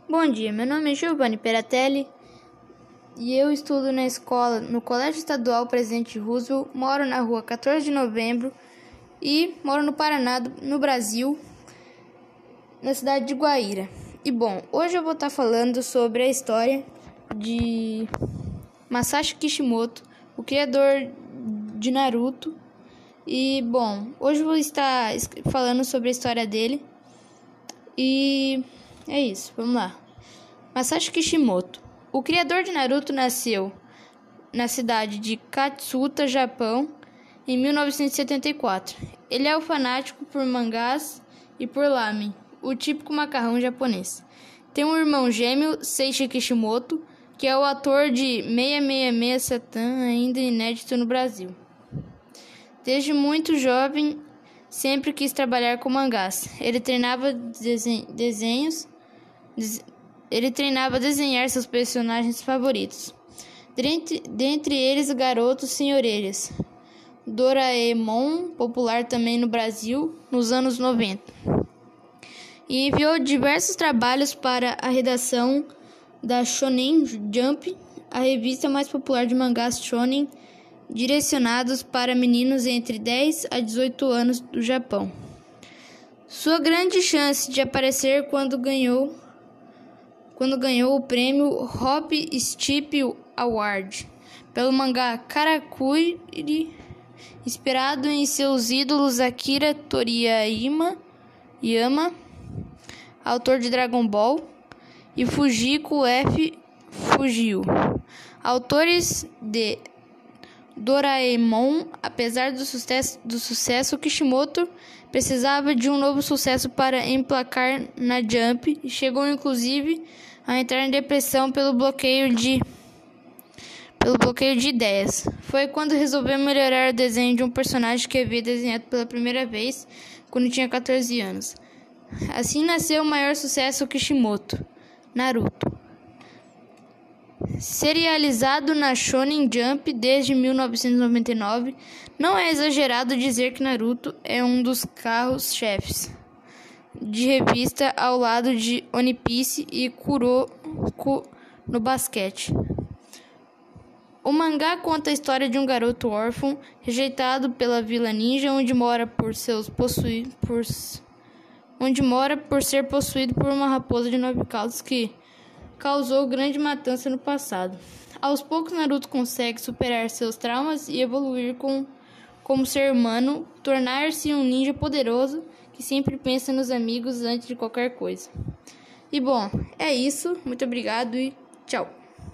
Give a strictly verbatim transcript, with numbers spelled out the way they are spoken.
Bom dia, meu nome é Giovanni Peratelli e eu estudo na escola, no Colégio Estadual Presidente Roosevelt, moro na rua quatorze de novembro e moro no Paraná, no Brasil, na cidade de Guaíra. E bom, hoje eu vou estar falando sobre a história de Masashi Kishimoto, o criador de Naruto. E bom, hoje eu vou estar falando sobre a história dele. E é isso, vamos lá. Masashi Kishimoto. O criador de Naruto nasceu na cidade de Katsuta, Japão, em mil novecentos e setenta e quatro. Ele é um fanático por mangás e por ramen, o típico macarrão japonês. Tem um irmão gêmeo, Seishi Kishimoto, que é o ator de seiscentos e sessenta e seis Satan, ainda inédito no Brasil. Desde muito jovem, sempre quis trabalhar com mangás. Ele treinava desen- desenhos, des- ele treinava a desenhar seus personagens favoritos. Dentre, dentre eles, o garoto sem orelhas, Doraemon, popular também no Brasil nos anos noventa. E enviou diversos trabalhos para a redação da Shonen Jump, a revista mais popular de mangás shonen, direcionados para meninos entre dez a dezoito anos do Japão. Sua grande chance de aparecer quando ganhou, quando ganhou o prêmio Hop Steep Award pelo mangá Karakuri, inspirado em seus ídolos Akira Toriyama, Yama, autor de Dragon Ball, e Fujiko F. Fujio, autores de Doraemon. Apesar do sucesso, do sucesso, Kishimoto precisava de um novo sucesso para emplacar na Jump e chegou inclusive a entrar em depressão pelo bloqueio de pelo bloqueio de ideias. Foi quando resolveu melhorar o desenho de um personagem que havia desenhado pela primeira vez quando tinha quatorze anos. Assim nasceu o maior sucesso Kishimoto, Naruto. Serializado na Shonen Jump desde mil novecentos e noventa e nove, não é exagerado dizer que Naruto é um dos carros-chefes de revista ao lado de One Piece e Kuroko no basquete. O mangá conta a história de um garoto órfão rejeitado pela Vila Ninja, onde mora por seus possui, por, onde mora por ser possuído por uma raposa de nove caudas que causou grande matança no passado. Aos poucos, Naruto consegue superar seus traumas e evoluir com, como ser humano, tornar-se um ninja poderoso que sempre pensa nos amigos antes de qualquer coisa. E bom, é isso. Muito obrigado e tchau.